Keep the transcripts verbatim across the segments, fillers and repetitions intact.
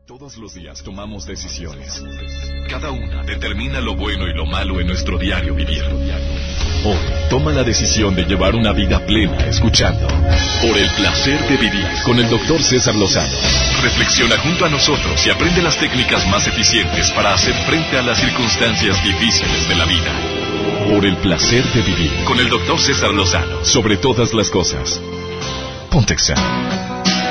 Todos los días tomamos decisiones. Cada una determina lo bueno y lo malo en nuestro diario vivir. Hoy, toma la decisión de llevar una vida plena escuchando Por el placer de vivir con el doctor César Lozano. Reflexiona junto a nosotros y aprende las técnicas más eficientes para hacer frente a las circunstancias difíciles de la vida. Por el placer de vivir con el doctor César Lozano. Sobre todas las cosas. Ponte examen.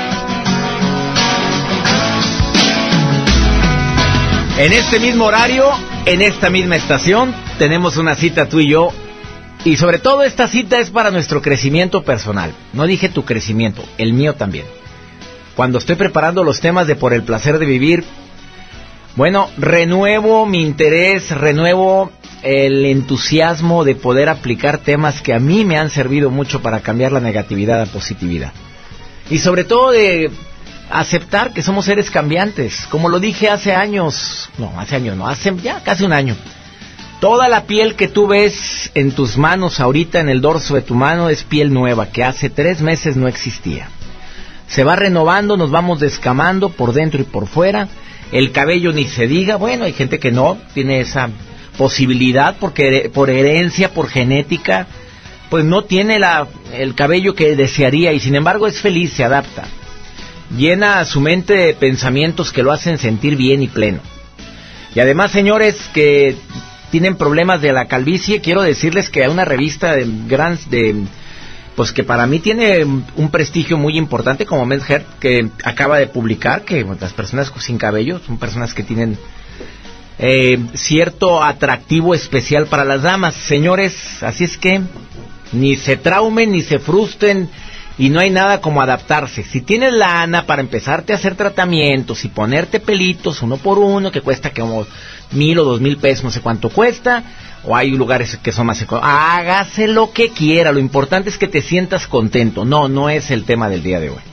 En este mismo horario, en esta misma estación, tenemos una cita tú y yo. Y sobre todo esta cita es para nuestro crecimiento personal. No dije tu crecimiento, el mío también. Cuando estoy preparando los temas de Por el placer de vivir, bueno, renuevo mi interés, renuevo el entusiasmo de poder aplicar temas que a mí me han servido mucho para cambiar la negatividad a positividad. Y sobre todo de aceptar que somos seres cambiantes, como lo dije hace años, no, hace años no, hace ya casi un año. Toda la piel que tú ves en tus manos ahorita, en el dorso de tu mano, es piel nueva, que hace tres meses no existía. Se va renovando, nos vamos descamando por dentro y por fuera. El cabello ni se diga, bueno, hay gente que no tiene esa posibilidad, porque por herencia, por genética, pues no tiene la, el cabello que desearía, y sin embargo es feliz, se adapta. Llena su mente de pensamientos que lo hacen sentir bien y pleno. Y además, señores que tienen problemas de la calvicie, quiero decirles que hay una revista de gran, de, pues que para mí tiene un prestigio muy importante, como Men's Health, que acaba de publicar que bueno, las personas sin cabello son personas que tienen eh, cierto atractivo especial para las damas, señores. Así es que ni se traumen ni se frustren. Y no hay nada como adaptarse. Si tienes lana para empezarte a hacer tratamientos y ponerte pelitos uno por uno, que cuesta como mil o dos mil pesos, no sé cuánto cuesta, o hay lugares que son más económicos, hágase lo que quiera. Lo importante es que te sientas contento. No, no es el tema del día de hoy.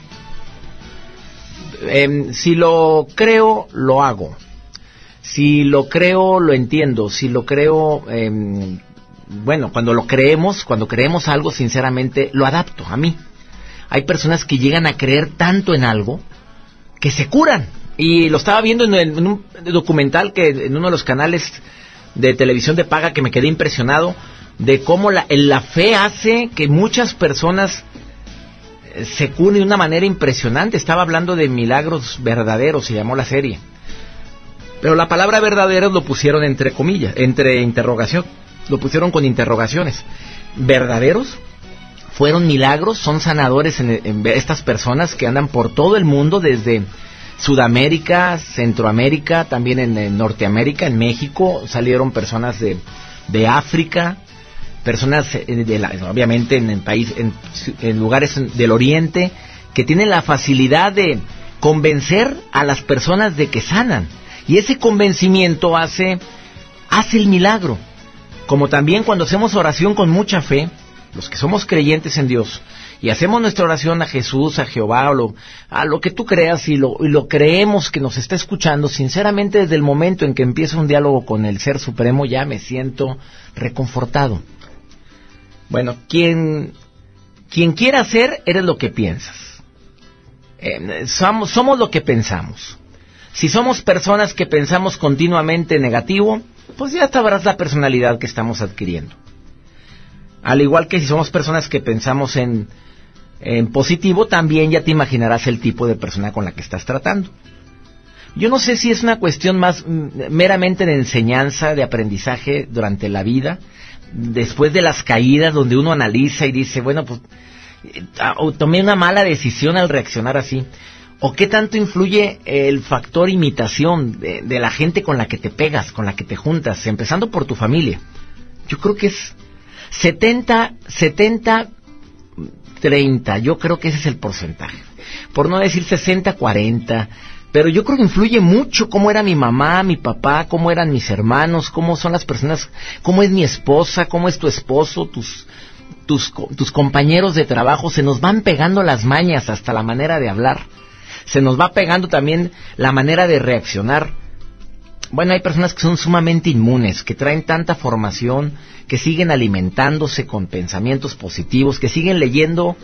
Eh, si lo creo, lo hago. Si lo creo, lo entiendo. Si lo creo, eh, bueno, cuando lo creemos, cuando creemos algo, sinceramente, lo adapto a mí. Hay personas que llegan a creer tanto en algo que se curan. Y lo estaba viendo en, el, en un documental que en uno de los canales de televisión de paga, que me quedé impresionado de cómo la, la fe hace que muchas personas se curen de una manera impresionante. Estaba hablando de milagros verdaderos, se llamó la serie. Pero la palabra verdadero lo pusieron entre comillas, entre interrogación. Lo pusieron con interrogaciones. ¿Verdaderos? Fueron milagros, son sanadores en, en estas personas que andan por todo el mundo, desde Sudamérica, Centroamérica, también en, en Norteamérica, en México, salieron personas de, de África, personas de la, obviamente en el país, en, en lugares del Oriente, que tienen la facilidad de convencer a las personas de que sanan, y ese convencimiento hace, hace el milagro. Como también cuando hacemos oración con mucha fe, los que somos creyentes en Dios, y hacemos nuestra oración a Jesús, a Jehová, o lo, a lo que tú creas, y lo, y lo creemos que nos está escuchando, sinceramente desde el momento en que empieza un diálogo con el Ser Supremo, ya me siento reconfortado. Bueno, quien, quien quiera ser, eres lo que piensas. Eh, somos, somos lo que pensamos. Si somos personas que pensamos continuamente negativo, pues ya sabrás la personalidad que estamos adquiriendo. Al igual que si somos personas que pensamos en, en positivo, también ya te imaginarás el tipo de persona con la que estás tratando. Yo no sé si es una cuestión más mm, meramente de enseñanza, de aprendizaje durante la vida, después de las caídas, donde uno analiza y dice, bueno, pues tomé una mala decisión al reaccionar así. ¿O qué tanto influye el factor imitación de, de la gente con la que te pegas, con la que te juntas, empezando por tu familia? Yo creo que es setenta, setenta, treinta, yo creo que ese es el porcentaje. Por no decir sesenta, cuarenta, pero yo creo que influye mucho cómo era mi mamá, mi papá, cómo eran mis hermanos, cómo son las personas, cómo es mi esposa, cómo es tu esposo, tus, tus, tus compañeros de trabajo. Se nos van pegando las mañas, hasta la manera de hablar. Se nos va pegando también la manera de reaccionar. Bueno, hay personas que son sumamente inmunes, que traen tanta formación, que siguen alimentándose con pensamientos positivos, que siguen leyendo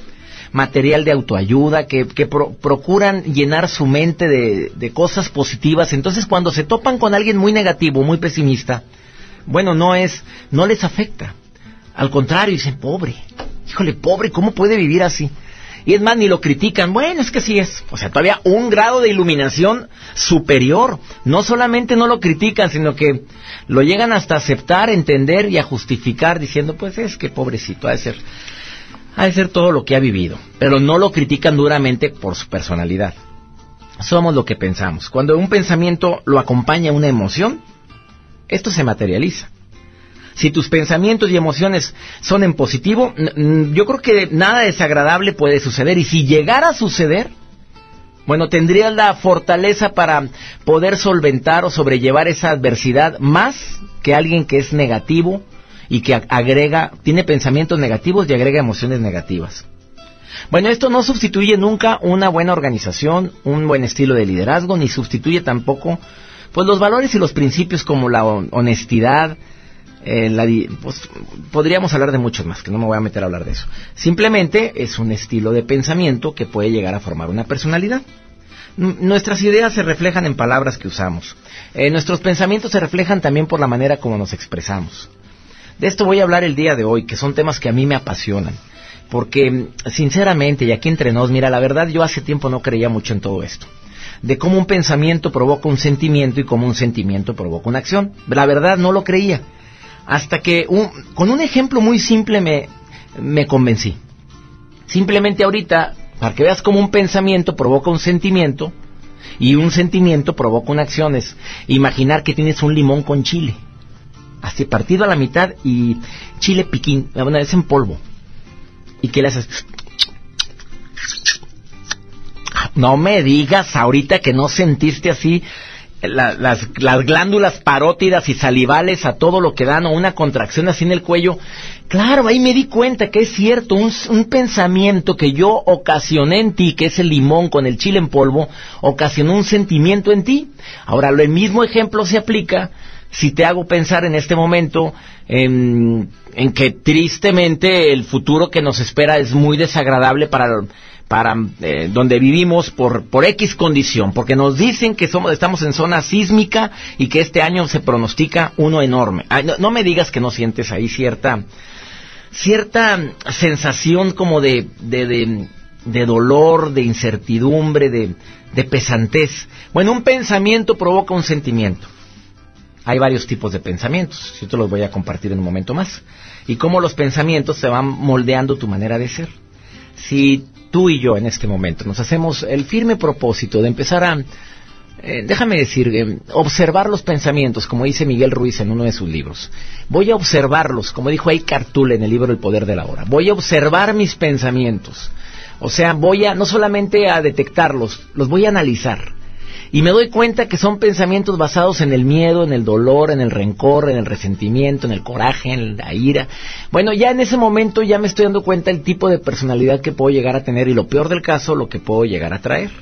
material de autoayuda, que, que pro, procuran llenar su mente de, de cosas positivas. Entonces, cuando se topan con alguien muy negativo, muy pesimista, bueno, no es, no les afecta. Al contrario, dicen, pobre, híjole, pobre, ¿cómo puede vivir así? Y es más, ni lo critican. Bueno, es que sí es. O sea, todavía un grado de iluminación superior. No solamente no lo critican, sino que lo llegan hasta aceptar, entender y a justificar, diciendo, pues es que pobrecito, ha de ser, ha de ser todo lo que ha vivido. Pero no lo critican duramente por su personalidad. Somos lo que pensamos. Cuando un pensamiento lo acompaña una emoción, esto se materializa. Si tus pensamientos y emociones son en positivo, yo creo que nada desagradable puede suceder. Y si llegara a suceder, bueno, tendrías la fortaleza para poder solventar o sobrellevar esa adversidad más que alguien que es negativo y que agrega, tiene pensamientos negativos y agrega emociones negativas. Bueno, esto no sustituye nunca una buena organización, un buen estilo de liderazgo, ni sustituye tampoco pues los valores y los principios como la honestidad. Eh, la, pues, podríamos hablar de muchos más, que no me voy a meter a hablar de eso. Simplemente es un estilo de pensamiento que puede llegar a formar una personalidad. N- nuestras ideas se reflejan en palabras que usamos. Eh, nuestros pensamientos se reflejan también por la manera como nos expresamos. De esto voy a hablar el día de hoy, que son temas que a mí me apasionan. Porque, sinceramente, y aquí entre nos, mira, la verdad, yo hace tiempo no creía mucho en todo esto. De cómo un pensamiento provoca un sentimiento y cómo un sentimiento provoca una acción. La verdad, no lo creía. Hasta que un, con un ejemplo muy simple me, me convencí. Simplemente ahorita, para que veas cómo un pensamiento provoca un sentimiento y un sentimiento provoca una acción, es imaginar que tienes un limón con chile, así partido a la mitad y chile piquín, una vez en polvo, y que le haces... No me digas ahorita que no sentiste así... La, las, las glándulas parótidas y salivales a todo lo que dan, o una contracción así en el cuello. Claro, ahí me di cuenta que es cierto, un, un pensamiento que yo ocasioné en ti, que es el limón con el chile en polvo, ocasionó un sentimiento en ti. Ahora, el mismo ejemplo se aplica si te hago pensar en este momento en, en que tristemente el futuro que nos espera es muy desagradable para... para eh, donde vivimos por por X condición, porque nos dicen que somos estamos en zona sísmica y que este año se pronostica uno enorme. Ay, no, no me digas que no sientes ahí cierta cierta sensación como de de, de, de dolor, de incertidumbre, de, de pesantez. Bueno, un pensamiento provoca un sentimiento. Hay varios tipos de pensamientos, yo te los voy a compartir en un momento más. Y cómo los pensamientos se van moldeando tu manera de ser. Si tú y yo en este momento nos hacemos el firme propósito de empezar a, eh, déjame decir, eh, observar los pensamientos, como dice Miguel Ruiz en uno de sus libros. Voy a observarlos, como dijo Eckhart Tolle en el libro El Poder de la Hora. Voy a observar mis pensamientos. O sea, voy a, no solamente a detectarlos, los voy a analizar. Y me doy cuenta que son pensamientos basados en el miedo, en el dolor, en el rencor, en el resentimiento, en el coraje, en la ira. Bueno, ya en ese momento ya me estoy dando cuenta del tipo de personalidad que puedo llegar a tener y lo peor del caso, lo que puedo llegar a traer.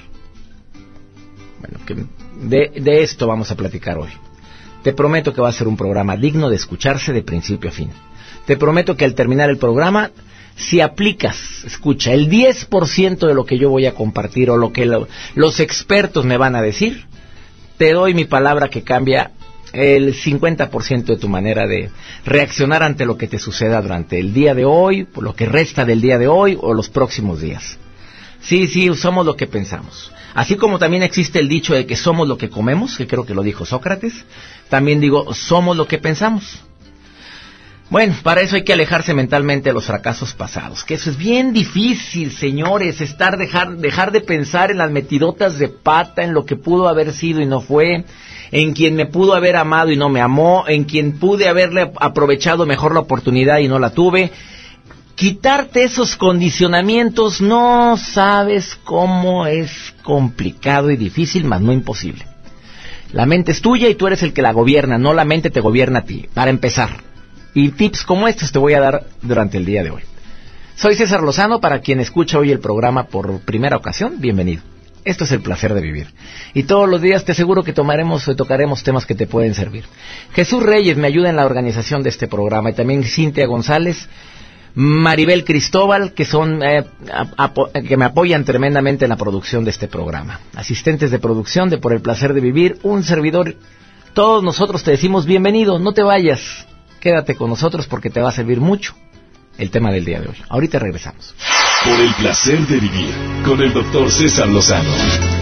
Bueno, que de, de esto vamos a platicar hoy. Te prometo que va a ser un programa digno de escucharse de principio a fin. Te prometo que al terminar el programa... Si aplicas, escucha, el diez por ciento de lo que yo voy a compartir o lo que lo, los expertos me van a decir, te doy mi palabra que cambia el cincuenta por ciento de tu manera de reaccionar ante lo que te suceda durante el día de hoy, por lo que resta del día de hoy o los próximos días. Sí, sí, somos lo que pensamos. Así como también existe el dicho de que somos lo que comemos, que creo que lo dijo Sócrates, también digo, somos lo que pensamos. Bueno, para eso hay que alejarse mentalmente de los fracasos pasados, que eso es bien difícil, señores, estar dejar dejar de pensar en las metidotas de pata, en lo que pudo haber sido y no fue, en quien me pudo haber amado y no me amó, en quien pude haberle aprovechado mejor la oportunidad y no la tuve. Quitarte esos condicionamientos, no sabes cómo es complicado y difícil, mas no imposible. La mente es tuya y tú eres el que la gobierna, no la mente te gobierna a ti, para empezar. Y tips como estos te voy a dar durante el día de hoy. Soy César Lozano, para quien escucha hoy el programa por primera ocasión, bienvenido. Esto es El Placer de Vivir. Y todos los días te aseguro que tomaremos o tocaremos temas que te pueden servir. Jesús Reyes me ayuda en la organización de este programa y también Cintia González Maribel Cristóbal, que son eh, apo- que me apoyan tremendamente en la producción de este programa. Asistentes de producción de Por el Placer de Vivir, un servidor. Todos nosotros te decimos bienvenido, no te vayas, quédate con nosotros porque te va a servir mucho el tema del día de hoy. Ahorita regresamos. Por el Placer de Vivir, con el doctor César Lozano.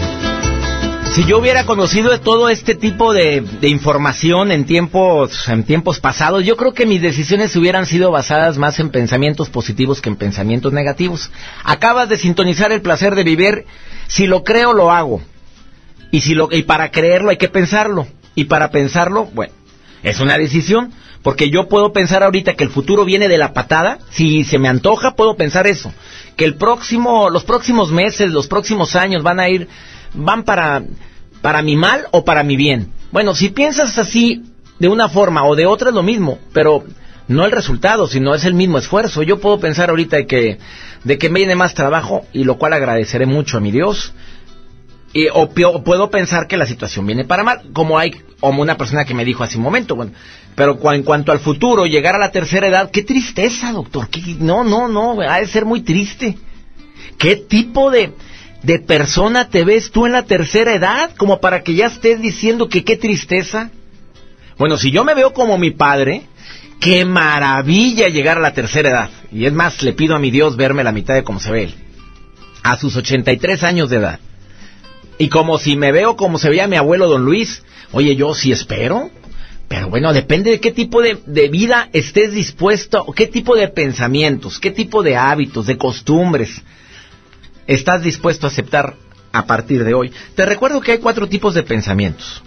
Si yo hubiera conocido todo este tipo de, de información en tiempos, en tiempos pasados, yo creo que mis decisiones hubieran sido basadas más en pensamientos positivos que en pensamientos negativos. Acabas de sintonizar El Placer de Vivir. Si lo creo, lo hago. Y, si lo, y para creerlo hay que pensarlo. Y para pensarlo, bueno, es una decisión. Porque yo puedo pensar ahorita que el futuro viene de la patada. Si se me antoja, puedo pensar eso. Que el próximo, los próximos meses, los próximos años van a ir, van para, para mi mal o para mi bien. Bueno, si piensas así de una forma o de otra es lo mismo, pero no el resultado, sino es el mismo esfuerzo. Yo puedo pensar ahorita de que, de que me viene más trabajo, y lo cual agradeceré mucho a mi Dios. Y, o, o puedo pensar que la situación viene para mal, como hay como una persona que me dijo hace un momento. Bueno, pero cu- en cuanto al futuro, llegar a la tercera edad, qué tristeza, doctor. ¿Qué? No, no, no, ha de ser muy triste. ¿Qué tipo de, de persona te ves tú en la tercera edad? Como para que ya estés diciendo que qué tristeza. Bueno, si yo me veo como mi padre, qué maravilla llegar a la tercera edad. Y es más, le pido a mi Dios verme la mitad de cómo se ve él, a sus ochenta y tres años de edad. Y como si me veo como se veía mi abuelo don Luis, oye, yo sí espero, pero bueno, depende de qué tipo de, de vida estés dispuesto, o qué tipo de pensamientos, qué tipo de hábitos, de costumbres estás dispuesto a aceptar a partir de hoy. Te recuerdo que hay cuatro tipos de pensamientos.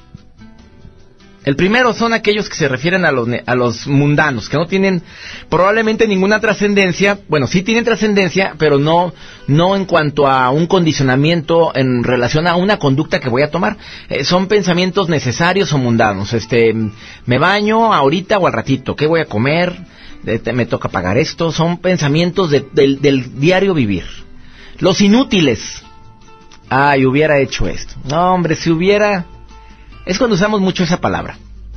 El primero son aquellos que se refieren a los, a los mundanos, que no tienen probablemente ninguna trascendencia. Bueno, sí tienen trascendencia, pero no, no en cuanto a un condicionamiento en relación a una conducta que voy a tomar. Eh, son pensamientos necesarios o mundanos. Este, me baño ahorita o al ratito, ¿qué voy a comer? De, me toca pagar esto. Son pensamientos de, del, del diario vivir. Los inútiles. Ay, hubiera hecho esto. No, hombre, si hubiera... Es cuando usamos mucho esa palabra.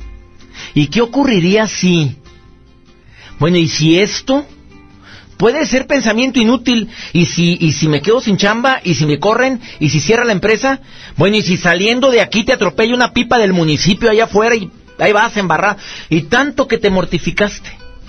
¿Y qué ocurriría si? Bueno, ¿y si esto? Puede ser pensamiento inútil. ¿Y si, y si me quedo sin chamba? ¿Y si me corren? ¿Y si cierra la empresa? Bueno, ¿y si saliendo de aquí te atropella una pipa del municipio allá afuera y ahí vas embarrado? Y tanto que te mortificaste.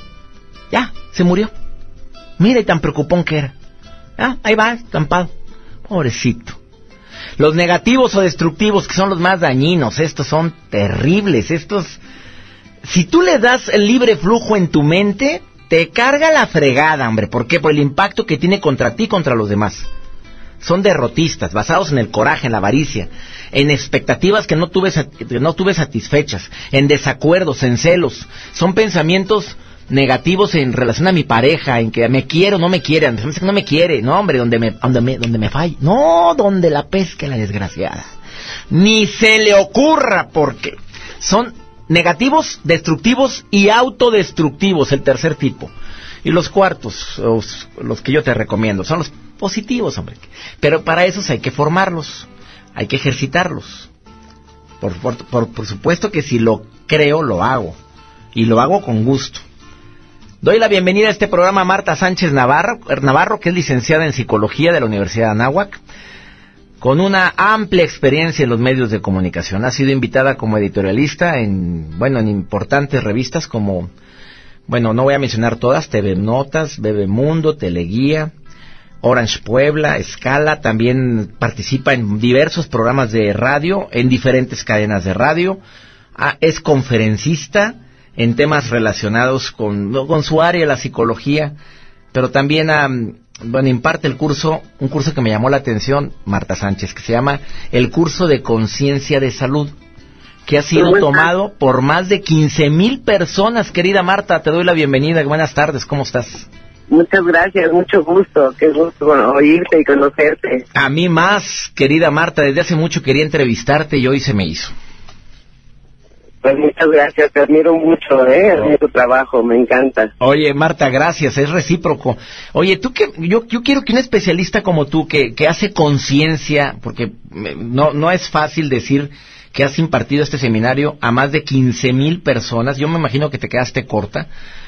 Ya, se murió. Mira, y tan preocupón que era. Ah, ahí va, estampado. Pobrecito. Los negativos o destructivos, que son los más dañinos, estos son terribles, estos... Si tú le das el libre flujo en tu mente, te carga la fregada, hombre. ¿Por qué? Por el impacto que tiene contra ti y contra los demás. Son derrotistas, basados en el coraje, en la avaricia, en expectativas que no tuve, que no tuve satisfechas, en desacuerdos, en celos. Son pensamientos negativos en relación a mi pareja, en que me quiere o no me quiere, no me quiere, no hombre, donde me, donde me, donde me falle, no, donde la pesque la desgraciada, ni se le ocurra, porque son negativos, destructivos y autodestructivos, el tercer tipo. Y los cuartos, los, los que yo te recomiendo, son los positivos, hombre, pero para esos hay que formarlos, hay que ejercitarlos. Por, por, por, por supuesto que si lo creo, lo hago, y lo hago con gusto. Doy la bienvenida a este programa a Marta Sánchez Navarro, Navarro, que es licenciada en Psicología de la Universidad de Anáhuac, con una amplia experiencia en los medios de comunicación. Ha sido invitada como editorialista en, bueno, en importantes revistas como, bueno, no voy a mencionar todas, T V Notas, Bebemundo, Teleguía, Orange Puebla, Escala. También participa en diversos programas de radio, en diferentes cadenas de radio. Ah, es conferencista en temas relacionados con, con su área, la psicología, pero también um, bueno, imparte el curso, un curso que me llamó la atención, Marta Sánchez, que se llama el curso de conciencia de salud, que ha sido tomado por más de quince mil personas. Querida Marta, te doy la bienvenida, buenas tardes, ¿cómo estás? Muchas gracias, mucho gusto, qué gusto oírte y conocerte. A mí más, querida Marta, desde hace mucho quería entrevistarte y hoy se me hizo. Pues muchas gracias, te admiro mucho, ¿eh? Admiro tu trabajo, me encanta. Oye, Marta, gracias, es recíproco. Oye, tú que yo yo quiero que un especialista como tú, que, que hace conciencia, porque no, no es fácil decir que has impartido este seminario a más de quince mil personas, yo me imagino que te quedaste corta,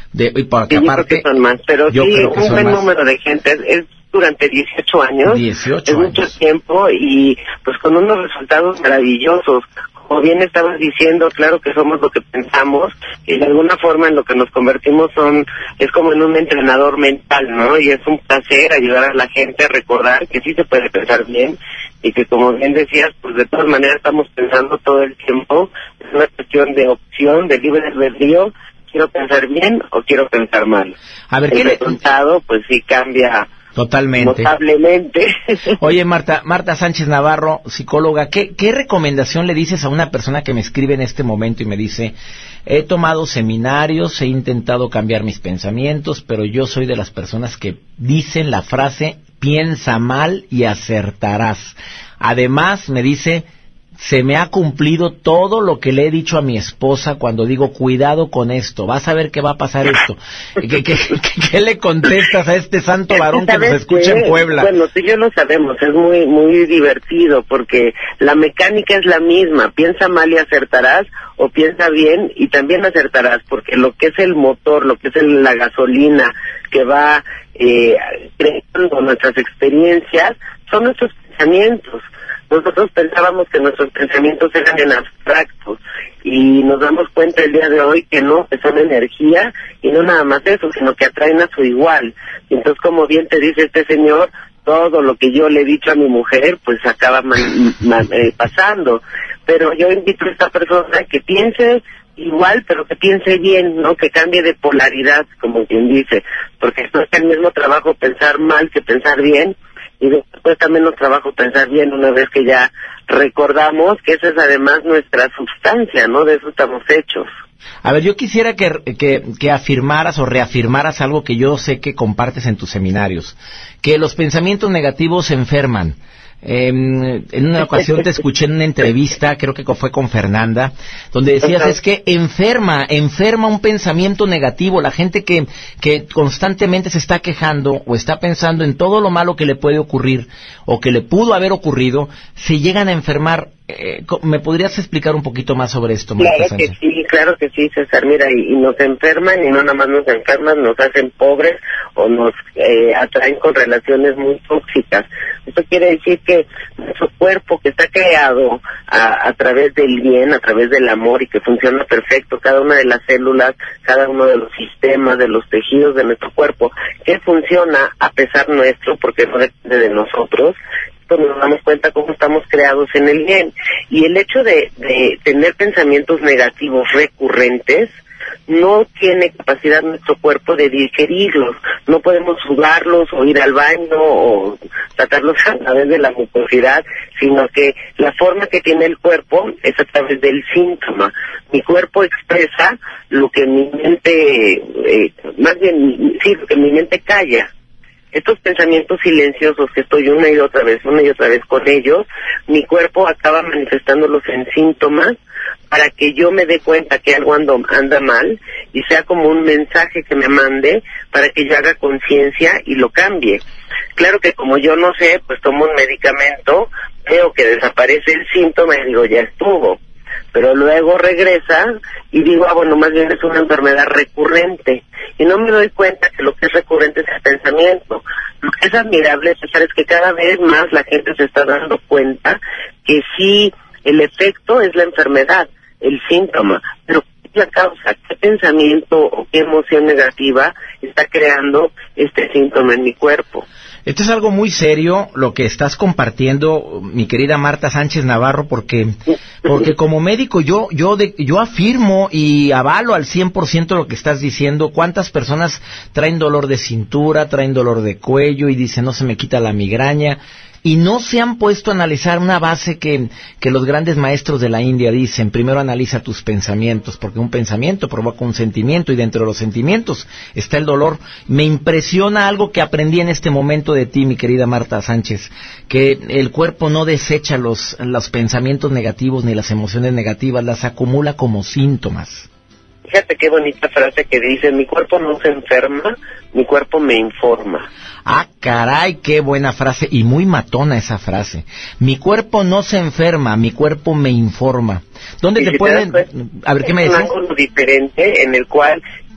De, y porque sí, aparte, yo creo que son más, pero sí, un buen más. número de gente. Es, es durante dieciocho años. dieciocho es años. mucho tiempo y pues con unos resultados maravillosos. Como bien estabas diciendo, claro que somos lo que pensamos y de alguna forma en lo que nos convertimos son es como en un entrenador mental, ¿no? Y es un placer ayudar a la gente a recordar que sí se puede pensar bien y que, como bien decías, pues de todas maneras estamos pensando todo el tiempo. Es una cuestión de opción, de libre albedrío. ¿Quiero pensar bien o quiero pensar mal? A ver, el ¿qué resultado, le... pues sí cambia. Totalmente. Notablemente. Oye, Marta, Marta Sánchez Navarro, psicóloga, ¿qué, ¿qué recomendación le dices a una persona que me escribe en este momento y me dice, he tomado seminarios, he intentado cambiar mis pensamientos, pero yo soy de las personas que dicen la frase, piensa mal y acertarás? Además, me dice, se me ha cumplido todo lo que le he dicho a mi esposa cuando digo, cuidado con esto, vas a ver qué va a pasar esto. ¿Qué, qué, qué, qué le contestas a este santo varón que nos escucha qué? en Puebla? Bueno, sí, yo lo sabemos, es muy muy divertido porque la mecánica es la misma, piensa mal y acertarás, o piensa bien y también acertarás, porque lo que es el motor, lo que es el, la gasolina que va eh, creando nuestras experiencias, son nuestros pensamientos. Nosotros pensábamos que nuestros pensamientos eran en abstractos y nos damos cuenta el día de hoy que no, que son energía y no nada más eso, sino que atraen a su igual. Y entonces, como bien te dice este señor, todo lo que yo le he dicho a mi mujer, pues acaba man, man, eh, pasando. Pero yo invito a esta persona que piense igual, pero que piense bien, ¿no? Que cambie de polaridad, como quien dice, porque no es el mismo trabajo pensar mal que pensar bien. Y después también nos trabajo pensar bien una vez que ya recordamos que esa es además nuestra sustancia, ¿no? De eso estamos hechos. A ver, yo quisiera que, que, que afirmaras o reafirmaras algo que yo sé que compartes en tus seminarios, que los pensamientos negativos enferman. Eh, en una ocasión te escuché en una entrevista, creo que fue con Fernanda, donde decías, es que enferma, enferma un pensamiento negativo. La gente que, que constantemente se está quejando o está pensando en todo lo malo que le puede ocurrir o que le pudo haber ocurrido, se llegan a enfermar. Eh, ¿Me podrías explicar un poquito más sobre esto, Marta Claro Sánchez? que sí, claro que sí, César. Mira, y, y nos enferman, y no nada más nos enferman, nos hacen pobres o nos eh, atraen con relaciones muy tóxicas. Eso quiere decir que nuestro cuerpo, que está creado a, a través del bien, a través del amor y que funciona perfecto, cada una de las células, cada uno de los sistemas, de los tejidos de nuestro cuerpo, que funciona a pesar nuestro, porque no depende de nosotros, pues nos damos cuenta cómo estamos creados en el bien. Y el hecho de, de tener pensamientos negativos recurrentes no tiene capacidad nuestro cuerpo de digerirlos. No podemos sudarlos o ir al baño o tratarlos a través de la mucosidad, sino que la forma que tiene el cuerpo es a través del síntoma. Mi cuerpo expresa lo que mi mente, eh, más bien, sí, lo que mi mente calla. Estos pensamientos silenciosos que estoy una y otra vez, una y otra vez con ellos, mi cuerpo acaba manifestándolos en síntomas para que yo me dé cuenta que algo ando, anda mal y sea como un mensaje que me mande para que yo haga conciencia y lo cambie. Claro que como yo no sé, pues tomo un medicamento, veo que desaparece el síntoma y digo, ya estuvo. Pero luego regresa y digo, ah, bueno, más bien es una enfermedad recurrente. Y no me doy cuenta que lo que es recurrente es el pensamiento. Lo que es admirable, César, es que cada vez más la gente se está dando cuenta que sí, el efecto es la enfermedad, el síntoma, pero ¿qué es la causa? ¿Qué pensamiento o qué emoción negativa está creando este síntoma en mi cuerpo? Esto es algo muy serio lo que estás compartiendo, mi querida Marta Sánchez Navarro, porque porque como médico yo yo de, yo afirmo y avalo al cien por ciento lo que estás diciendo. ¿Cuántas personas traen dolor de cintura, traen dolor de cuello y dicen no se me quita la migraña? Y no se han puesto a analizar una base que, que los grandes maestros de la India dicen, primero analiza tus pensamientos, porque un pensamiento provoca un sentimiento, y dentro de los sentimientos está el dolor. Me impresiona algo que aprendí en este momento de ti, mi querida Marta Sánchez, que el cuerpo no desecha los, los pensamientos negativos ni las emociones negativas, las acumula como síntomas. Fíjate qué bonita frase que dice, mi cuerpo no se enferma, mi cuerpo me informa. Ah, caray, qué buena frase, y muy matona esa frase. Mi cuerpo no se enferma, mi cuerpo me informa. ¿Dónde te si pueden...? Te a ver, ¿qué me decís? decís? Es un ángulo diferente en el cual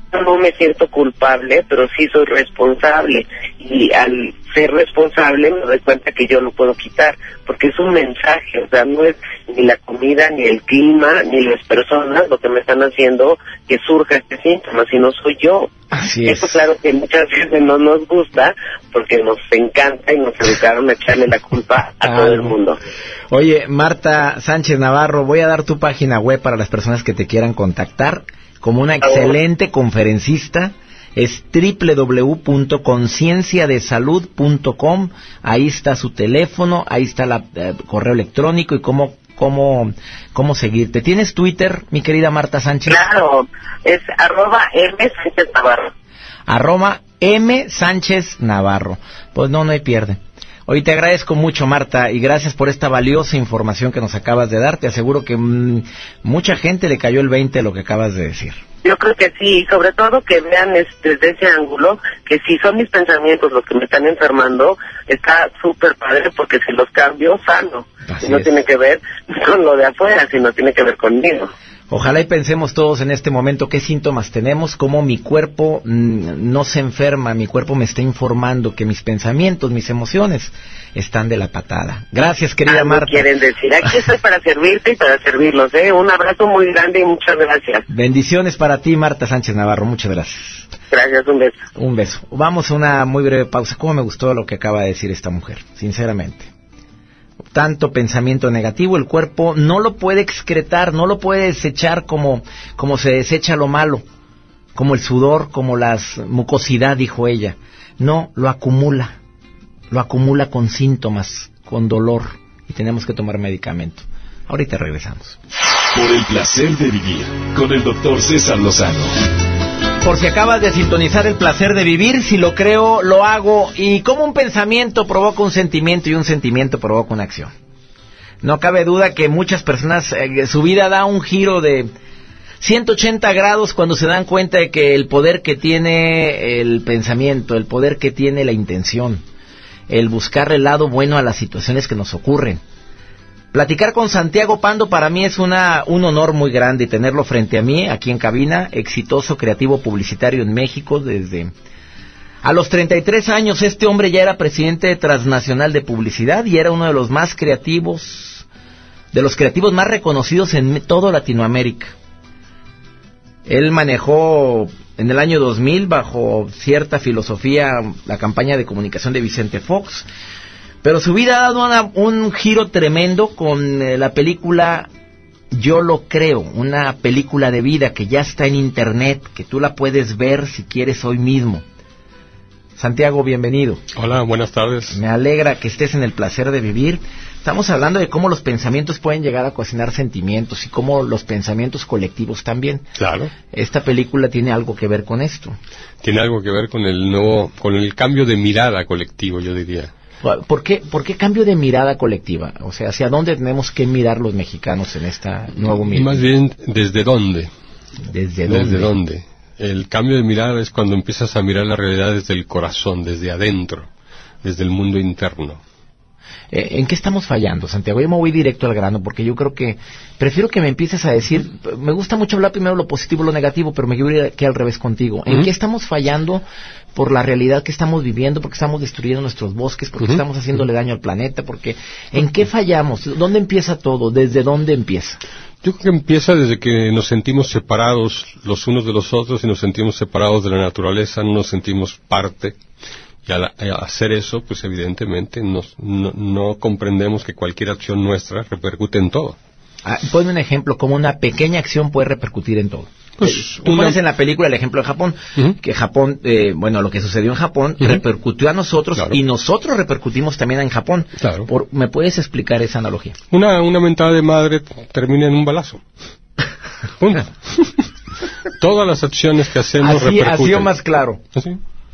no me siento culpable, pero sí soy responsable. Y al ser responsable me doy cuenta que yo lo puedo quitar, porque es un mensaje, o sea, no es ni la comida, ni el clima, ni las personas lo que me están haciendo que surja este síntoma, sino soy yo. Así es. Eso claro que muchas veces no nos gusta, porque nos encanta y nos educaron a echarle la culpa a todo el mundo. Oye, Marta Sánchez Navarro, voy a dar tu página web para las personas que te quieran contactar como una excelente conferencista. Es doble u doble u doble u punto conciencia de salud punto com. Ahí está su teléfono, ahí está el eh, correo electrónico y cómo cómo cómo seguirte. ¿Tienes Twitter, mi querida Marta Sánchez? Claro, es arroba M Sánchez Navarro. Arroba M Sánchez Navarro. Pues no, no hay pierde. Hoy te agradezco mucho, Marta, y gracias por esta valiosa información que nos acabas de dar. Te aseguro que mmm, mucha gente le cayó el veinte de lo que acabas de decir. Yo creo que sí, sobre todo que vean este, desde ese ángulo, que si son mis pensamientos los que me están enfermando, está súper padre, porque si los cambio, sano. Así y no es. tiene que ver con lo de afuera, sino tiene que ver conmigo. Ojalá y pensemos todos en este momento qué síntomas tenemos, cómo mi cuerpo mmm, no se enferma, mi cuerpo me está informando que mis pensamientos, mis emociones están de la patada. Gracias, querida Algo Marta. quieren decir, aquí estoy para servirte y para servirlos, ¿eh? Un abrazo muy grande y muchas gracias. Bendiciones para ti, Marta Sánchez Navarro, muchas gracias. Gracias, un beso. Un beso. Vamos a una muy breve pausa. ¿Cómo me gustó lo que acaba de decir esta mujer? Sinceramente. Tanto pensamiento negativo, el cuerpo no lo puede excretar, no lo puede desechar como, como se desecha lo malo, como el sudor, como la mucosidad, dijo ella. No, lo acumula, lo acumula con síntomas, con dolor, y tenemos que tomar medicamento. Ahorita regresamos. Por el placer de vivir, con el doctor César Lozano. Por si acabas de sintonizar el placer de vivir, si lo creo, lo hago. Y como un pensamiento provoca un sentimiento y un sentimiento provoca una acción. No cabe duda que muchas personas, eh, su vida da un giro de ciento ochenta grados cuando se dan cuenta de que el poder que tiene el pensamiento, el poder que tiene la intención, el buscar el lado bueno a las situaciones que nos ocurren. Platicar con Santiago Pando para mí es una un honor muy grande, tenerlo frente a mí, aquí en cabina, exitoso creativo publicitario en México desde... A los treinta y tres años este hombre ya era presidente de Transnacional de Publicidad y era uno de los más creativos, de los creativos más reconocidos en toda Latinoamérica. Él manejó en el año dos mil, bajo cierta filosofía, la campaña de comunicación de Vicente Fox. Pero su vida ha dado una, un giro tremendo con eh, la película Yo lo creo, una película de vida que ya está en internet, que tú la puedes ver si quieres hoy mismo. Santiago, bienvenido. Hola, buenas tardes. Me alegra que estés en el placer de vivir. Estamos hablando de cómo los pensamientos pueden llegar a cocinar sentimientos y cómo los pensamientos colectivos también. Claro. Esta película tiene algo que ver con esto. Tiene algo que ver con el nuevo, con el cambio de mirada colectivo, yo diría. ¿Por qué, ¿Por qué cambio de mirada colectiva? O sea, ¿hacia dónde tenemos que mirar los mexicanos en esta nuevo mirada? Más bien, ¿desde dónde? ¿Desde dónde? ¿Desde dónde? El cambio de mirada es cuando empiezas a mirar la realidad desde el corazón, desde adentro, desde el mundo interno. Eh, ¿En qué estamos fallando, Santiago? Yo me voy directo al grano porque yo creo que prefiero que me empieces a decir, me gusta mucho hablar primero lo positivo y lo negativo, pero me quiero ir aquí al revés contigo. ¿En uh-huh. qué estamos fallando por la realidad que estamos viviendo, porque estamos destruyendo nuestros bosques, porque uh-huh. estamos haciéndole daño al planeta? Porque ¿en qué fallamos? ¿Dónde empieza todo? ¿Desde dónde empieza? Yo creo que empieza desde que nos sentimos separados los unos de los otros y nos sentimos separados de la naturaleza, no nos sentimos parte. Y al, al hacer eso, pues evidentemente nos, no, no comprendemos que cualquier acción nuestra repercute en todo. Ah, ponme un ejemplo, cómo una pequeña acción puede repercutir en todo. Pues Tú una... pones en la película el ejemplo de Japón, uh-huh. que Japón, eh, bueno, lo que sucedió en Japón uh-huh. repercutió a nosotros, claro. y nosotros repercutimos también en Japón. Claro. Por, ¿Me puedes explicar esa analogía? Una, una mentada de madre termina en un balazo. Punto. Todas las acciones que hacemos así, repercuten. Así o más claro. ¿Así?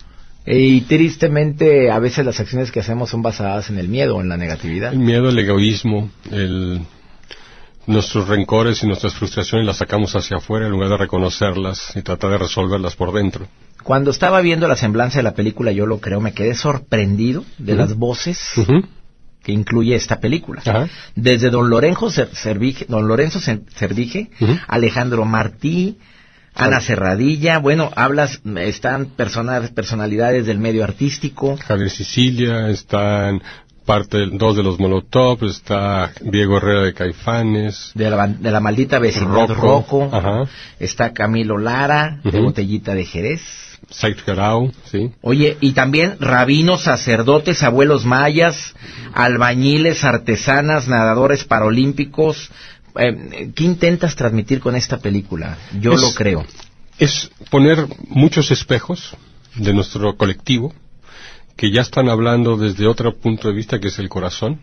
Y tristemente a veces las acciones que hacemos son basadas en el miedo o en la negatividad. El miedo, el egoísmo, el... nuestros rencores y nuestras frustraciones las sacamos hacia afuera en lugar de reconocerlas y tratar de resolverlas por dentro. Cuando estaba viendo la semblanza de la película Yo lo creo, me quedé sorprendido de uh-huh. las voces uh-huh. que incluye esta película. Uh-huh. Desde don Lorenzo Servige, don Lorenzo Servige, uh-huh. Alejandro Martí, Ana Serradilla, bueno, hablas, están personas, personalidades del medio artístico. Javier Sicilia, están parte, dos de los Molotov, está Diego Herrera de Caifanes. De la, de la maldita vecindad Rocco. Ajá. Está Camilo Lara, uh-huh. de Botellita de Jerez. Said Garau, sí. Oye, y también rabinos, sacerdotes, abuelos mayas, albañiles, artesanas, nadadores paralímpicos. Eh, ¿Qué intentas transmitir con esta película? Yo es, lo creo. Es poner muchos espejos de nuestro colectivo, que ya están hablando desde otro punto de vista, que es el corazón,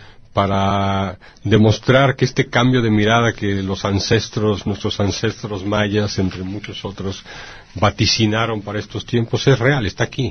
para demostrar que este cambio de mirada que los ancestros, nuestros ancestros mayas, entre muchos otros, vaticinaron para estos tiempos, es real, está aquí.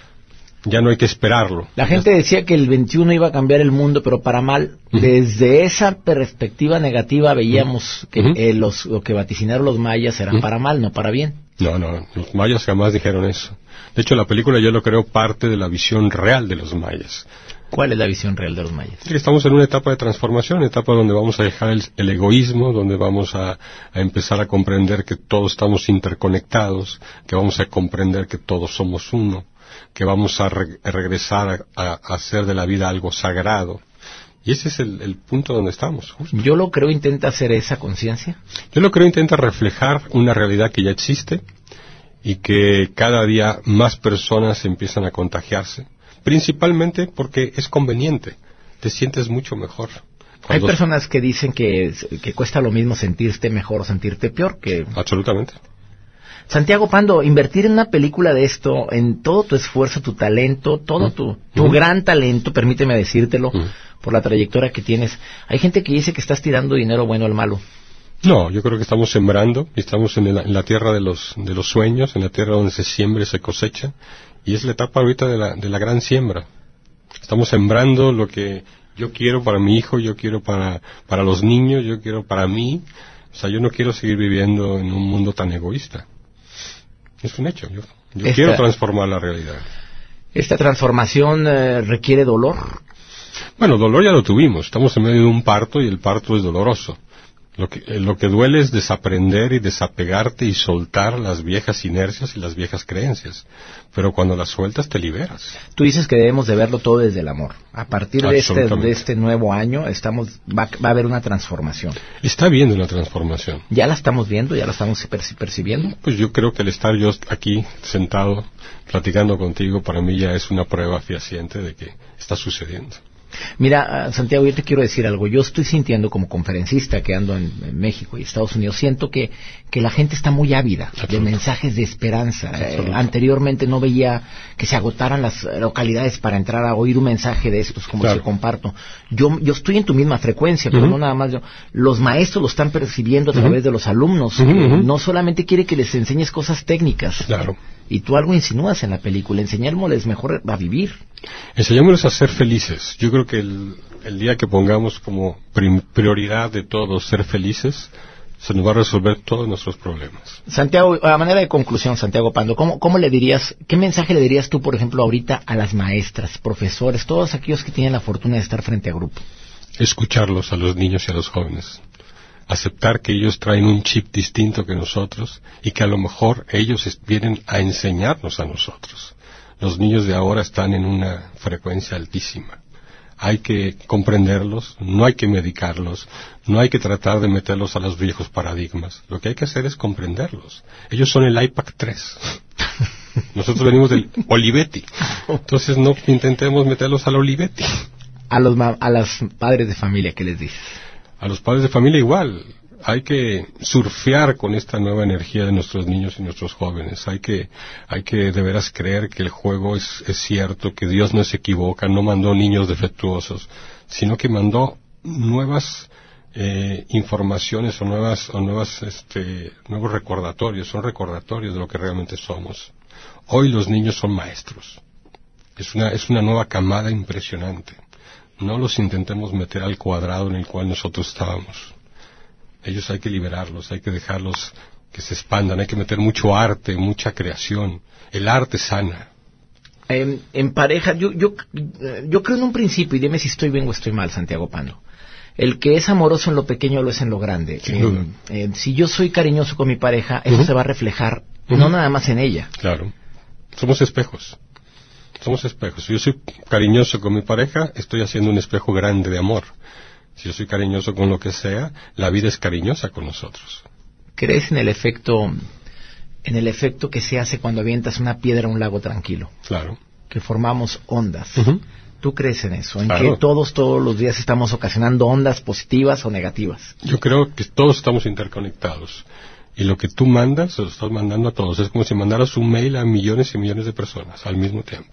Ya no hay que esperarlo. La gente decía que el veintiuno iba a cambiar el mundo, pero para mal. Uh-huh. Desde esa perspectiva negativa veíamos uh-huh. que uh-huh. Eh, los, lo que vaticinaron los mayas era uh-huh. para mal, no para bien. No, no, los mayas jamás dijeron eso. De hecho, la película yo lo creo parte de la visión real de los mayas. ¿Cuál es la visión real de los mayas? Estamos en una etapa de transformación, una etapa donde vamos a dejar el, el egoísmo, donde vamos a, a empezar a comprender que todos estamos interconectados, que vamos a comprender que todos somos uno, que vamos a, re, a regresar a, a, a hacer de la vida algo sagrado. Y ese es el, el punto donde estamos. Justo. Yo lo creo intenta hacer esa conciencia. Yo lo creo intenta reflejar una realidad que ya existe y que cada día más personas empiezan a contagiarse. Principalmente porque es conveniente, te sientes mucho mejor. Hay personas que dicen que, que cuesta lo mismo sentirte mejor o sentirte peor que... Absolutamente. Santiago Pando, invertir en una película de esto, en todo tu esfuerzo, tu talento, todo uh-huh. tu, tu uh-huh. gran talento, permíteme decírtelo, uh-huh. por la trayectoria que tienes. Hay gente que dice que estás tirando dinero bueno al malo. No, yo creo que estamos sembrando, estamos en, el, en la tierra de los, de los sueños, en la tierra donde se siembra y se cosecha. Y es la etapa ahorita de la, de la gran siembra. Estamos sembrando lo que yo quiero para mi hijo, yo quiero para, para los niños, yo quiero para mí. O sea, yo no quiero seguir viviendo en un mundo tan egoísta. Es un hecho. Yo, yo esta, quiero transformar la realidad. ¿Esta transformación eh, requiere dolor? Bueno, dolor ya lo tuvimos. Estamos en medio de un parto y el parto es doloroso. Lo que, eh, lo que duele es desaprender y desapegarte y soltar las viejas inercias y las viejas creencias. Pero cuando las sueltas te liberas. Tú dices que debemos de verlo todo desde el amor. A partir de este, de este nuevo año estamos va, va a haber una transformación. Está habiendo una transformación. ¿Ya la estamos viendo? ¿Ya la estamos perci- percibiendo? Pues yo creo que el estar yo aquí sentado platicando contigo para mí ya es una prueba fehaciente de que está sucediendo. Mira, Santiago, yo te quiero decir algo. Yo estoy sintiendo como conferencista que ando en, en México y Estados Unidos, siento que, que la gente está muy ávida de mensajes de esperanza. Eh, anteriormente no veía que se agotaran las localidades para entrar a oír un mensaje de estos como claro. se comparto. Yo yo estoy en tu misma frecuencia, pero uh-huh. no nada más yo. Los maestros lo están percibiendo a través uh-huh. de los alumnos. Uh-huh. Eh, no solamente quiere que les enseñes cosas técnicas. Claro. Y tú algo insinúas en la película, enseñármoles mejor a vivir. Enseñámosles a ser felices. Yo creo que el, el día que pongamos como prim- prioridad de todos ser felices, se nos va a resolver todos nuestros problemas. Santiago, a manera de conclusión, Santiago Pando, ¿cómo, cómo le dirías, qué mensaje le dirías tú, por ejemplo, ahorita a las maestras, profesores, todos aquellos que tienen la fortuna de estar frente a grupo? Escucharlos a los niños y a los jóvenes. Aceptar que ellos traen un chip distinto que nosotros y que a lo mejor ellos es, vienen a enseñarnos a nosotros. Los niños de ahora están en una frecuencia altísima. Hay que comprenderlos, no hay que medicarlos, no hay que tratar de meterlos a los viejos paradigmas. Lo que hay que hacer es comprenderlos. Ellos son el iPad tres. Nosotros venimos del Olivetti. Entonces no intentemos meterlos al Olivetti. A los ma- a los padres de familia, ¿qué les dices? A los padres de familia igual. Hay que surfear con esta nueva energía de nuestros niños y nuestros jóvenes. Hay que, hay que de veras creer que el juego es, es cierto, que Dios no se equivoca, no mandó niños defectuosos, sino que mandó nuevas eh, informaciones o nuevas, o nuevas, este, nuevos recordatorios. Son recordatorios de lo que realmente somos. Hoy los niños son maestros. Es una, es una nueva camada impresionante. No los intentemos meter al cuadrado en el cual nosotros estábamos. Ellos hay que liberarlos, hay que dejarlos que se expandan, hay que meter mucho arte, mucha creación. El arte sana. En, en pareja, yo, yo, yo creo en un principio, y dime si estoy bien o estoy mal, Santiago Pando. El que es amoroso en lo pequeño lo es en lo grande. Eh, eh, si yo soy cariñoso con mi pareja, eso uh-huh. se va a reflejar uh-huh. no nada más en ella. Claro. Somos espejos. Somos espejos. Si yo soy cariñoso con mi pareja, estoy haciendo un espejo grande de amor. Si yo soy cariñoso con lo que sea, la vida es cariñosa con nosotros. ¿Crees en el efecto, en el efecto que se hace cuando avientas una piedra a un lago tranquilo? Claro. Que formamos ondas. Uh-huh. ¿Tú crees en eso? ¿En claro. que todos, todos los días estamos ocasionando ondas positivas o negativas? Yo creo que todos estamos interconectados. Y lo que tú mandas, lo estás mandando a todos. Es como si mandaras un mail a millones y millones de personas al mismo tiempo.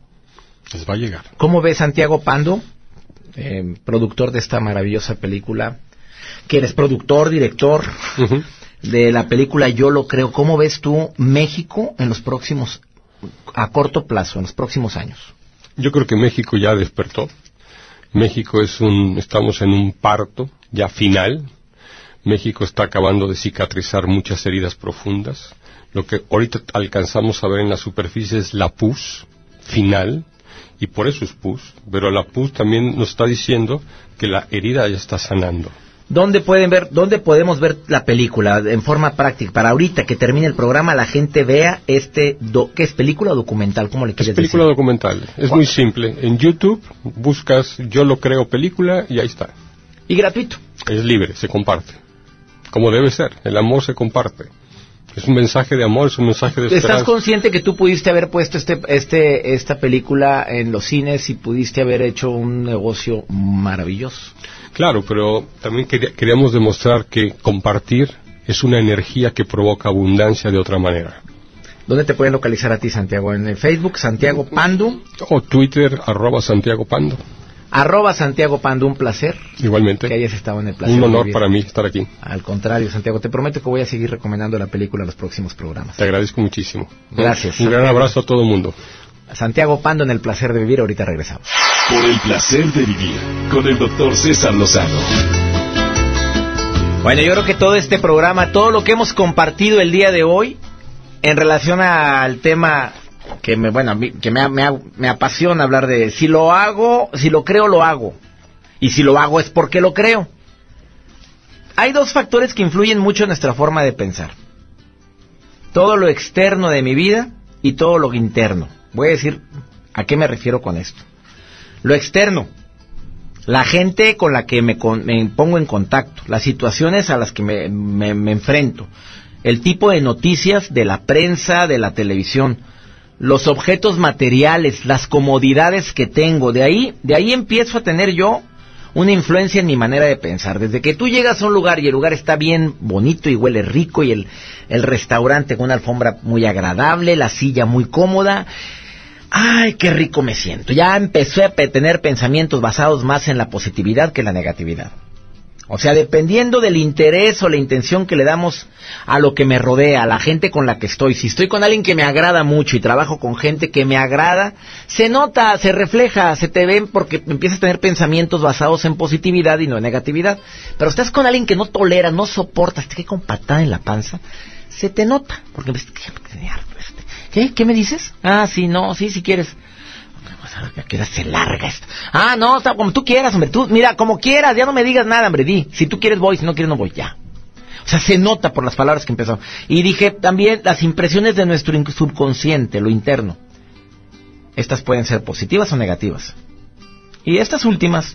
Les va a llegar. ¿Cómo ves, Santiago Pando, eh, productor de esta maravillosa película, que eres productor, director uh-huh. de la película Yo lo creo? ¿Cómo ves tú México en los próximos, a corto plazo, en los próximos años? Yo creo que México ya despertó. México es un, estamos en un parto ya final. México está acabando de cicatrizar muchas heridas profundas. Lo que ahorita alcanzamos a ver en la superficie es la pus final, y por eso es pus. Pero la pus también nos está diciendo que la herida ya está sanando. ¿Dónde pueden ver, dónde podemos ver la película en forma práctica? Para ahorita que termine el programa, la gente vea este, do, ¿qué es película o documental? ¿Cómo le quieres decir? Es película documental. Es muy simple. En YouTube buscas Yo lo creo película y ahí está. ¿Y gratuito? Es libre, se comparte. Como debe ser. El amor se comparte. Es un mensaje de amor, es un mensaje de esperanza. ¿Estás consciente que tú pudiste haber puesto este, este, esta película en los cines y pudiste haber hecho un negocio maravilloso? Claro, pero también quería, queríamos demostrar que compartir es una energía que provoca abundancia de otra manera. ¿Dónde te pueden localizar a ti, Santiago? ¿En el Facebook, Santiago Pando? O Twitter, arroba Santiago Pando. Arroba Santiago Pando, un placer. Igualmente. Que hayas estado en el placer. Un honor para mí estar aquí. Al contrario, Santiago, te prometo que voy a seguir recomendando la película en los próximos programas. Te agradezco muchísimo. Gracias. Un gran Santiago. abrazo a todo el mundo. Santiago Pando en El Placer de Vivir, ahorita regresamos. Por el placer de vivir, con el doctor César Lozano. Bueno, yo creo que todo este programa, todo lo que hemos compartido el día de hoy, en relación al tema que me, bueno, a mí, que me, me, me apasiona hablar de si lo hago, si lo creo, lo hago. Y si lo hago es porque lo creo. Hay dos factores que influyen mucho en nuestra forma de pensar. Todo lo externo de mi vida y todo lo interno. Voy a decir a qué me refiero con esto. Lo externo, la gente con la que me, con, me pongo en contacto, las situaciones a las que me, me, me enfrento, el tipo de noticias de la prensa, de la televisión, los objetos materiales, las comodidades que tengo. De ahí, de ahí empiezo a tener yo una influencia en mi manera de pensar. Desde que tú llegas a un lugar y el lugar está bien bonito y huele rico, y el, el restaurante con una alfombra muy agradable, la silla muy cómoda, ¡ay, qué rico me siento! Ya empecé a tener pensamientos basados más en la positividad que en la negatividad. O sea, dependiendo del interés o la intención que le damos a lo que me rodea, a la gente con la que estoy. Si estoy con alguien que me agrada mucho y trabajo con gente que me agrada, se nota, se refleja, se te ven, porque empiezas a tener pensamientos basados en positividad y no en negatividad. Pero estás con alguien que no tolera, no soportas, te queda con patada en la panza, se te nota. Porque ¿qué? ¿Qué me dices? Ah, sí, no, sí, si quieres. ¿A qué hora se larga esto? Ah, no, está como tú quieras, hombre. Tú, mira, como quieras, ya no me digas nada, hombre. Di, si tú quieres voy, si no quieres no voy, ya. O sea, se nota por las palabras que empezó. Y dije también las impresiones de nuestro subconsciente, lo interno. Estas pueden ser positivas o negativas. Y estas últimas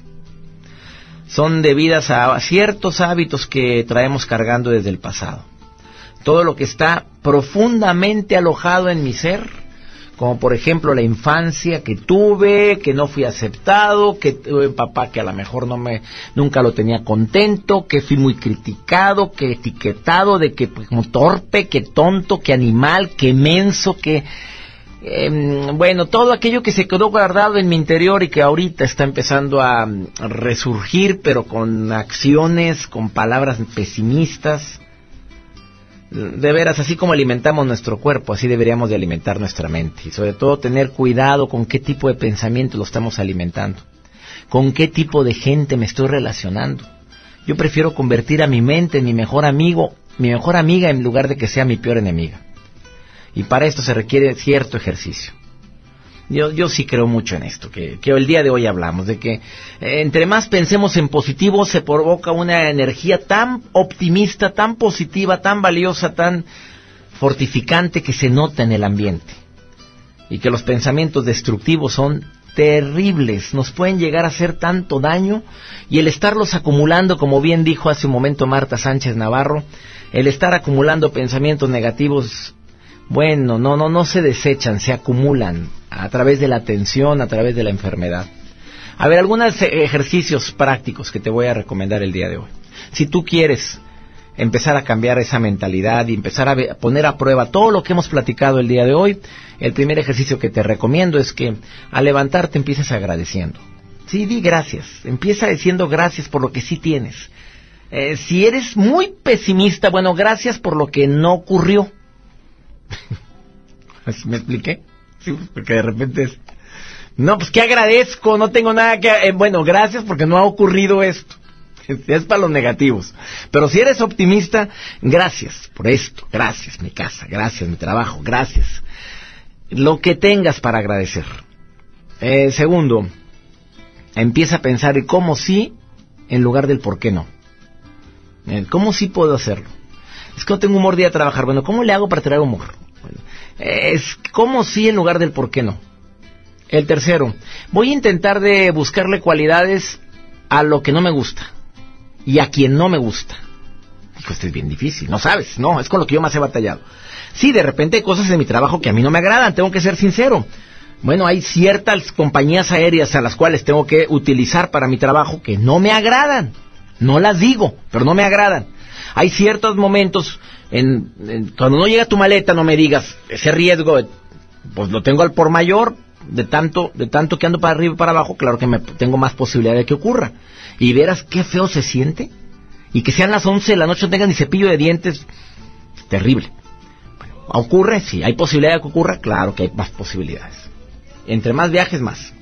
son debidas a ciertos hábitos que traemos cargando desde el pasado. Todo lo que está profundamente alojado en mi ser, como por ejemplo la infancia que tuve, que no fui aceptado, que tuve un papá que a lo mejor no me, nunca lo tenía contento, que fui muy criticado, que etiquetado de que pues, como torpe, que tonto, que animal, que menso, que eh, bueno, todo aquello que se quedó guardado en mi interior y que ahorita está empezando a resurgir, pero con acciones, con palabras pesimistas. De veras, así como alimentamos nuestro cuerpo, así deberíamos de alimentar nuestra mente. Y sobre todo tener cuidado con qué tipo de pensamiento lo estamos alimentando. Con qué tipo de gente me estoy relacionando. Yo prefiero convertir a mi mente en mi mejor amigo, mi mejor amiga, en lugar de que sea mi peor enemiga. Y para esto se requiere cierto ejercicio. Yo, yo sí creo mucho en esto, que, que el día de hoy hablamos, de que eh, entre más pensemos en positivo se provoca una energía tan optimista, tan positiva, tan valiosa, tan fortificante que se nota en el ambiente. Y que los pensamientos destructivos son terribles, nos pueden llegar a hacer tanto daño, y el estarlos acumulando, como bien dijo hace un momento Marta Sánchez Navarro, el estar acumulando pensamientos negativos, bueno, no, no, no se desechan, se acumulan a través de la tensión, a través de la enfermedad. A ver, algunos ejercicios prácticos que te voy a recomendar el día de hoy. Si tú quieres empezar a cambiar esa mentalidad y empezar a poner a prueba todo lo que hemos platicado el día de hoy, el primer ejercicio que te recomiendo es que al levantarte empieces agradeciendo. Sí, di gracias, empieza diciendo gracias por lo que sí tienes. Eh, si eres muy pesimista, bueno, gracias por lo que no ocurrió. ¿Me expliqué? Sí, porque de repente es... No, pues que agradezco, no tengo nada que... Eh, bueno, gracias porque no ha ocurrido esto. Es para los negativos. Pero si eres optimista, gracias por esto, gracias mi casa, gracias mi trabajo, gracias. Lo que tengas para agradecer. Eh, segundo, empieza a pensar en cómo sí en lugar del por qué no. Eh, ¿Cómo sí puedo hacerlo? Es que no tengo humor de ir a trabajar. Bueno, ¿cómo le hago para traer humor? Bueno, es cómo sí en lugar del por qué no. El tercero, voy a intentar de buscarle cualidades a lo que no me gusta y a quien no me gusta. Hijo, esto es bien difícil, no sabes, no, es con lo que yo más he batallado. Sí, de repente hay cosas en mi trabajo que a mí no me agradan, tengo que ser sincero. Bueno, hay ciertas compañías aéreas a las cuales tengo que utilizar para mi trabajo que no me agradan. No las digo, pero no me agradan. Hay ciertos momentos, en, en, cuando no llega tu maleta, no me digas, ese riesgo, pues lo tengo al por mayor, de tanto, de tanto que ando para arriba y para abajo, claro que me, tengo más posibilidad de que ocurra. Y verás qué feo se siente. Y que sean las once de la noche, no tengan ni cepillo de dientes. Terrible. Bueno, ¿ocurre? Sí. ¿Hay posibilidad de que ocurra? Claro que hay más posibilidades. Entre más viajes, más.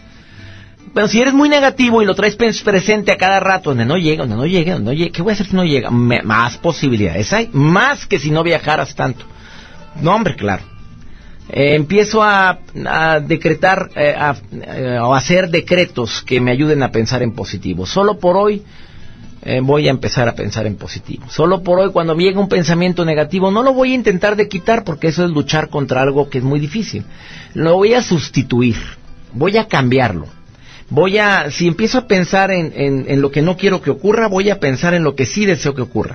Pero si eres muy negativo y lo traes presente a cada rato, donde no llega, donde no llega, donde no llega, ¿qué voy a hacer si no llega? Me, más posibilidades hay. Más que si no viajaras tanto. No, hombre, claro. Eh, empiezo a, a decretar eh, a, eh, o a hacer decretos que me ayuden a pensar en positivo. Solo por hoy eh, voy a empezar a pensar en positivo. Solo por hoy, cuando me llega un pensamiento negativo, no lo voy a intentar de quitar, porque eso es luchar contra algo que es muy difícil. Lo voy a sustituir, voy a cambiarlo. Voy a, si empiezo a pensar en, en, en lo que no quiero que ocurra, voy a pensar en lo que sí deseo que ocurra.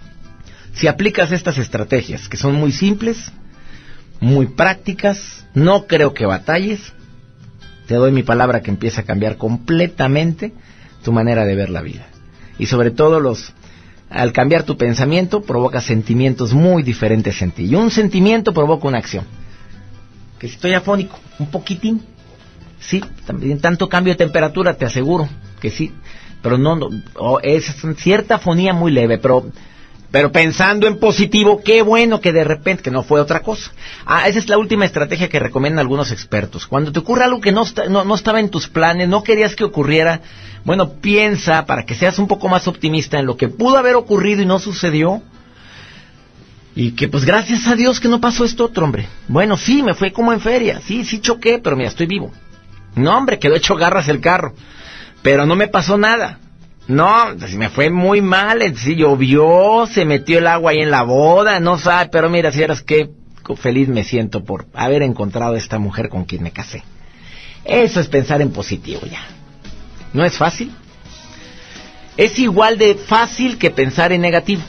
Si aplicas estas estrategias, que son muy simples, muy prácticas, no creo que batalles, te doy mi palabra que empieza a cambiar completamente tu manera de ver la vida. Y sobre todo, los al cambiar tu pensamiento, provoca sentimientos muy diferentes en ti. Y un sentimiento provoca una acción. Que si estoy afónico, un poquitín, sí, también tanto cambio de temperatura, te aseguro que sí, pero no, no oh, es cierta afonía muy leve, pero... Pero pensando en positivo, qué bueno que de repente, que no fue otra cosa. Ah, esa es la última estrategia que recomiendan algunos expertos. Cuando te ocurre algo que no, está, no, no estaba en tus planes, no querías que ocurriera, bueno, piensa para que seas un poco más optimista en lo que pudo haber ocurrido y no sucedió. Y que pues gracias a Dios que no pasó esto otro, hombre. Bueno, sí, me fue como en feria, sí, sí choqué, pero mira, estoy vivo. No, hombre, quedó hecho garras el carro, pero no me pasó nada. No, me fue muy mal, sí, llovió, se metió el agua ahí en la boda, no sabe, pero mira, si eras que feliz me siento por haber encontrado a esta mujer con quien me casé. Eso es pensar en positivo ya. ¿No es fácil? Es igual de fácil que pensar en negativo.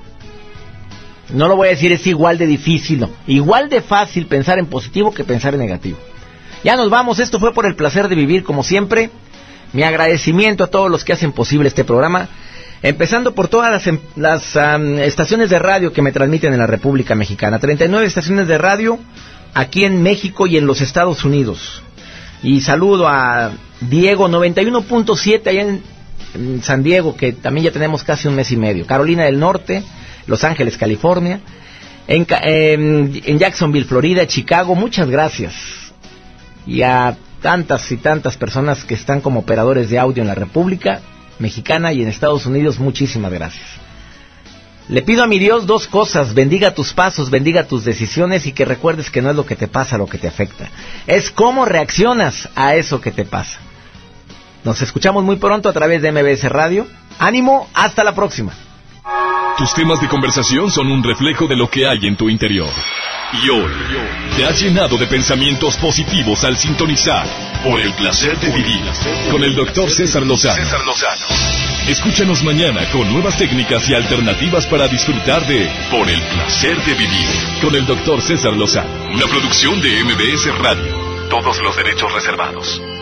No lo voy a decir es igual de difícil, no. Igual de fácil pensar en positivo que pensar en negativo. Ya nos vamos, esto fue por el placer de vivir, como siempre. Mi agradecimiento a todos los que hacen posible este programa, empezando por todas las, las um, estaciones de radio que me transmiten en la República Mexicana. treinta y nueve estaciones de radio aquí en México y en los Estados Unidos. Y saludo a Diego noventa y uno punto siete allá en, en San Diego, que también ya tenemos casi un mes y medio. Carolina del Norte, Los Ángeles, California, en, en, en Jacksonville, Florida, Chicago, muchas gracias. Y a tantas y tantas personas que están como operadores de audio en la República Mexicana y en Estados Unidos, muchísimas gracias. Le pido a mi Dios dos cosas: bendiga tus pasos, bendiga tus decisiones, y que recuerdes que no es lo que te pasa lo que te afecta, es cómo reaccionas a eso que te pasa. Nos escuchamos muy pronto a través de M B S Radio. ¡Ánimo! ¡Hasta la próxima! Tus temas de conversación son un reflejo de lo que hay en tu interior. Y hoy te has llenado de pensamientos positivos al sintonizar Por el placer de vivir con el doctor César Lozano. Escúchanos mañana con nuevas técnicas y alternativas para disfrutar de Por el placer de vivir con el doctor César Lozano. Una producción de M B S Radio. Todos los derechos reservados.